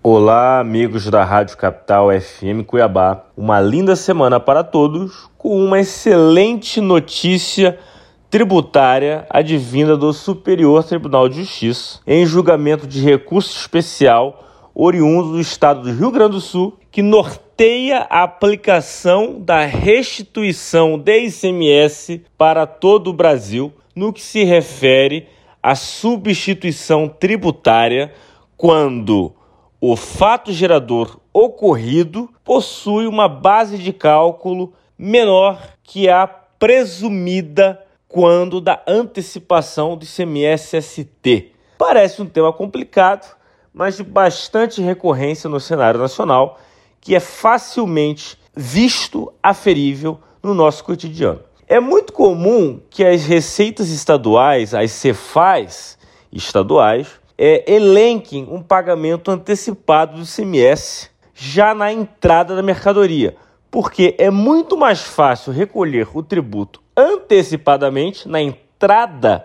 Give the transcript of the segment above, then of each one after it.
Olá, amigos da Rádio Capital FM Cuiabá. Uma linda semana para todos, com uma excelente notícia tributária advinda do Superior Tribunal de Justiça, em julgamento de recurso especial oriundo do Estado do Rio Grande do Sul, que norteia a aplicação da restituição de ICMS para todo o Brasil, no que se refere à substituição tributária quando o fato gerador ocorrido possui uma base de cálculo menor que a presumida quando da antecipação do ICMS-ST. Parece um tema complicado, mas de bastante recorrência no cenário nacional, que é facilmente visto, aferível no nosso cotidiano. É muito comum que as receitas estaduais, as Cefaz estaduais, elenquem um pagamento antecipado do ICMS já na entrada da mercadoria, porque é muito mais fácil recolher o tributo antecipadamente na entrada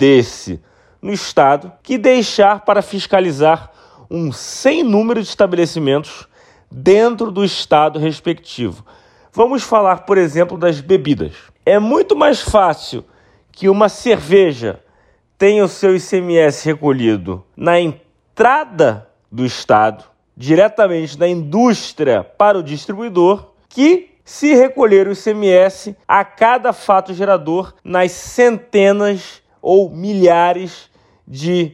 no Estado que deixar para fiscalizar um sem número de estabelecimentos dentro do Estado respectivo. Vamos falar, por exemplo, das bebidas. É muito mais fácil que uma cerveja tenha o seu ICMS recolhido na entrada do Estado, diretamente da indústria para o distribuidor, que se recolher o ICMS a cada fato gerador nas centenas ou milhares de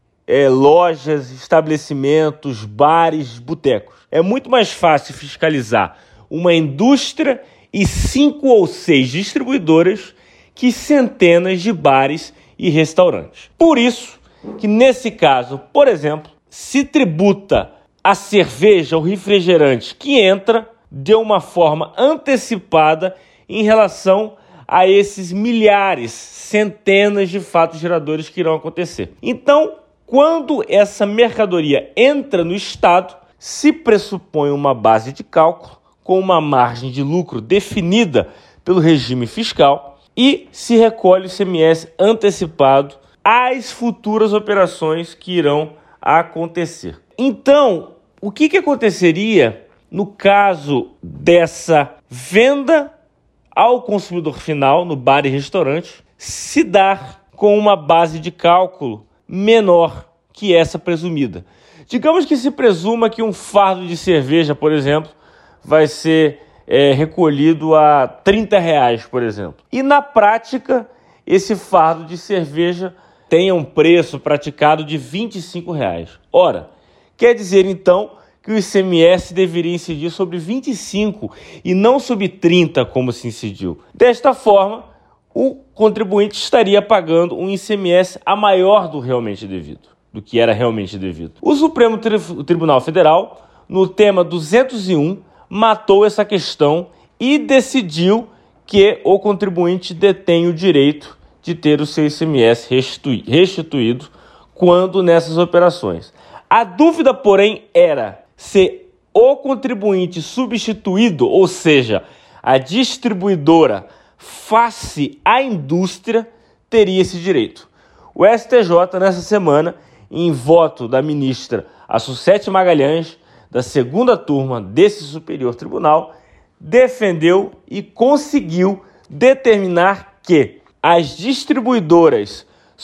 lojas, estabelecimentos, bares, botecos. É muito mais fácil fiscalizar uma indústria e 5 ou 6 distribuidoras que centenas de bares e restaurantes. Por isso que nesse caso, por exemplo, se tributa a cerveja ou refrigerante que entra de uma forma antecipada em relação a esses milhares, centenas de fatos geradores que irão acontecer. Então, quando essa mercadoria entra no Estado, se pressupõe uma base de cálculo com uma margem de lucro definida pelo regime fiscal e se recolhe o ICMS antecipado às futuras operações que irão acontecer. Então, o que aconteceria no caso dessa venda ao consumidor final no bar e restaurante se dar com uma base de cálculo menor que essa presumida? Digamos que se presuma que um fardo de cerveja, por exemplo, vai ser recolhido a R$30, por exemplo. E na prática, esse fardo de cerveja tenha um preço praticado de R$25. Ora, quer dizer então que o ICMS deveria incidir sobre 25 e não sobre 30, como se incidiu. Desta forma, o contribuinte estaria pagando um ICMS a maior do que era realmente devido. O Supremo Tribunal Federal, no tema 201, matou essa questão e decidiu que o contribuinte detém o direito de ter o seu ICMS restituído quando nessas operações. A dúvida, porém, era se o contribuinte substituído, ou seja, a distribuidora face à indústria, teria esse direito. O STJ, nessa semana, em voto da ministra Assucete Magalhães, da segunda turma desse Superior Tribunal, defendeu e conseguiu determinar que as distribuidoras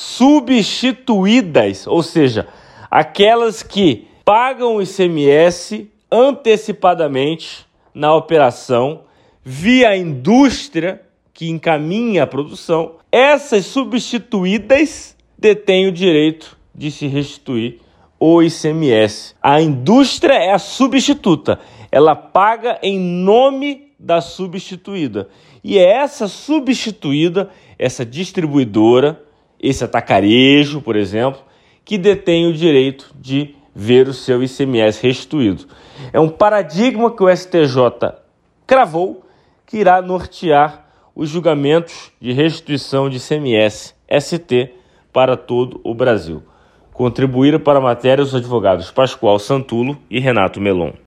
substituídas, ou seja, aquelas que pagam o ICMS antecipadamente na operação via a indústria que encaminha a produção, essas substituídas detêm o direito de se restituir o ICMS. A indústria é a substituta, ela paga em nome da substituída. E é essa substituída, essa distribuidora, esse atacarejo, por exemplo, que detém o direito de ver o seu ICMS restituído. É um paradigma que o STJ cravou, que irá nortear os julgamentos de restituição de ICMS-ST para todo o Brasil. Contribuíram para a matéria os advogados Pascoal Santulo e Renato Melon.